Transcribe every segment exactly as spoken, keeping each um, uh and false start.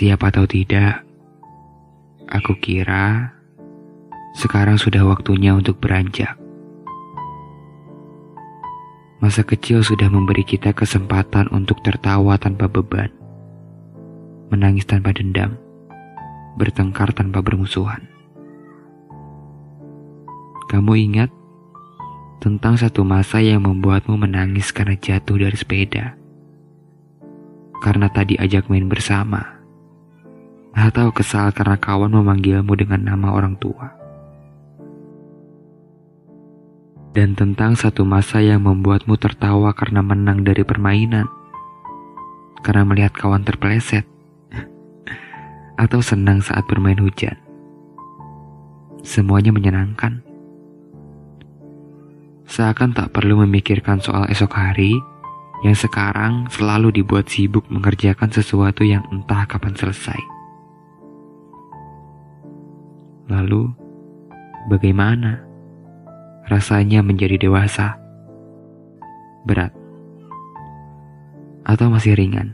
Siap atau tidak, aku kira sekarang sudah waktunya untuk beranjak. Masa kecil sudah memberi kita kesempatan untuk tertawa tanpa beban, menangis tanpa dendam, bertengkar tanpa bermusuhan. Kamu ingat tentang satu masa yang membuatmu menangis karena jatuh dari sepeda, karena tadi ajak main bersama, atau kesal karena kawan memanggilmu dengan nama orang tua. Dan tentang satu masa yang membuatmu tertawa karena menang dari permainan, karena melihat kawan terpeleset, atau senang saat bermain hujan. Semuanya menyenangkan. Seakan tak perlu memikirkan soal esok hari yang sekarang selalu dibuat sibuk mengerjakan sesuatu yang entah kapan selesai. Lalu, bagaimana rasanya menjadi dewasa? Berat? Atau masih ringan?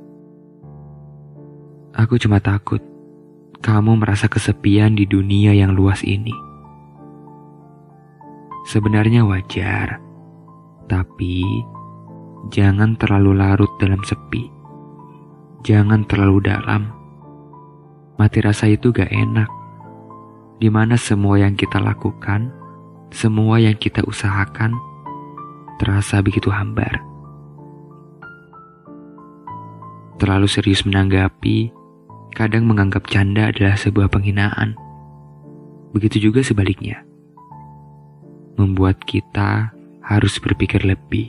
Aku cuma takut kamu merasa kesepian di dunia yang luas ini. Sebenarnya wajar, tapi jangan terlalu larut dalam sepi. Jangan terlalu dalam. Mati rasa itu gak enak, dimana semua yang kita lakukan, semua yang kita usahakan terasa begitu hambar. Terlalu serius menanggapi, kadang menganggap canda adalah sebuah penghinaan. Begitu juga sebaliknya, membuat kita harus berpikir lebih.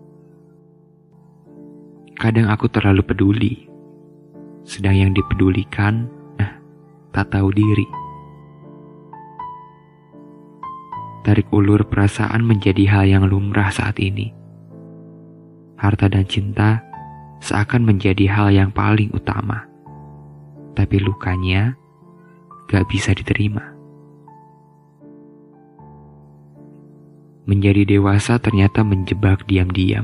Kadang aku terlalu peduli, sedang yang dipedulikan, eh, tak tahu diri. Tarik ulur perasaan menjadi hal yang lumrah saat ini. Harta dan cinta seakan menjadi hal yang paling utama. Tapi lukanya gak bisa diterima. Menjadi dewasa ternyata menjebak diam-diam.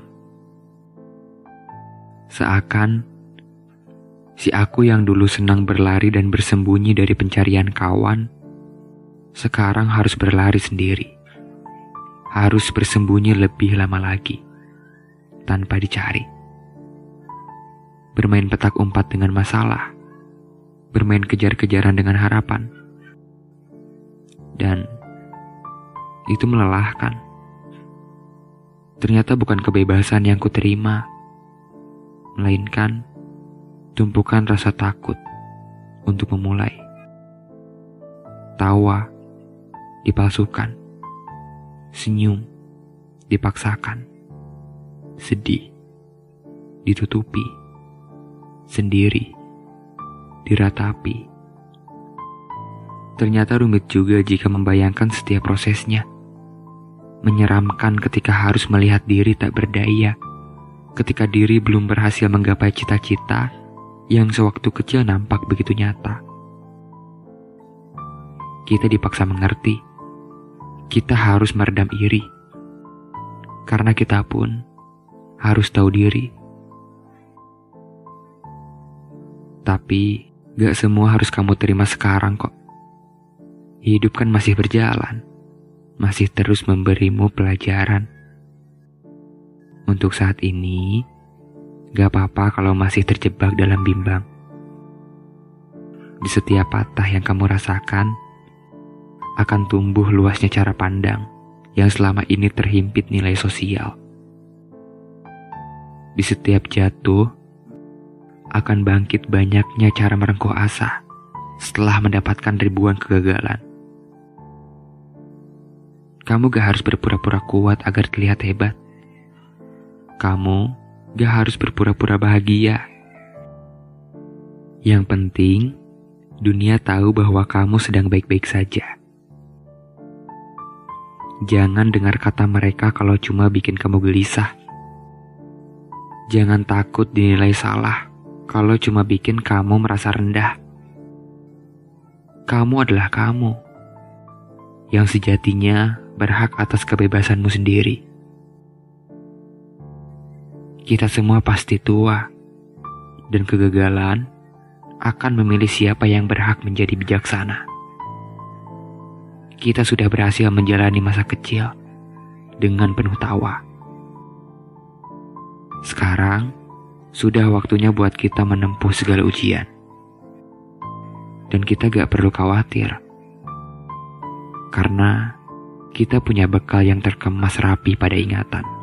Seakan si aku yang dulu senang berlari dan bersembunyi dari pencarian kawan, sekarang harus berlari sendiri. Harus bersembunyi lebih lama lagi, tanpa dicari. Bermain petak umpat dengan masalah, bermain kejar-kejaran dengan harapan. Dan itu melelahkan. Ternyata bukan kebebasan yang kuterima, melainkan tumpukan rasa takut untuk memulai. Tawa dipalsukan, senyum dipaksakan, sedih ditutupi, sendiri diratapi. Ternyata rumit juga jika membayangkan setiap prosesnya. Menyeramkan ketika harus melihat diri tak berdaya, ketika diri belum berhasil menggapai cita-cita yang sewaktu kecil nampak begitu nyata. Kita dipaksa mengerti, kita harus meredam iri, karena kita pun harus tahu diri. Tapi gak semua harus kamu terima sekarang kok. Hidup kan masih berjalan, masih terus memberimu pelajaran. Untuk saat ini, gak apa-apa kalau masih terjebak dalam bimbang. Di setiap patah yang kamu rasakan, akan tumbuh luasnya cara pandang yang selama ini terhimpit nilai sosial. Di setiap jatuh, akan bangkit banyaknya cara merengkuh asa setelah mendapatkan ribuan kegagalan. Kamu gak harus berpura-pura kuat agar terlihat hebat. Kamu gak harus berpura-pura bahagia. Yang penting, dunia tahu bahwa kamu sedang baik-baik saja. Jangan dengar kata mereka kalau cuma bikin kamu gelisah. Jangan takut dinilai salah kalau cuma bikin kamu merasa rendah. Kamu adalah kamu, yang sejatinya berhak atas kebebasanmu sendiri. Kita semua pasti tua, dan kegagalan akan memilih siapa yang berhak menjadi bijaksana. Kita sudah berhasil menjalani masa kecil dengan penuh tawa. Sekarang, sudah waktunya buat kita menempuh segala ujian. Dan kita gak perlu khawatir. Karena kita punya bekal yang terkemas rapi pada ingatan.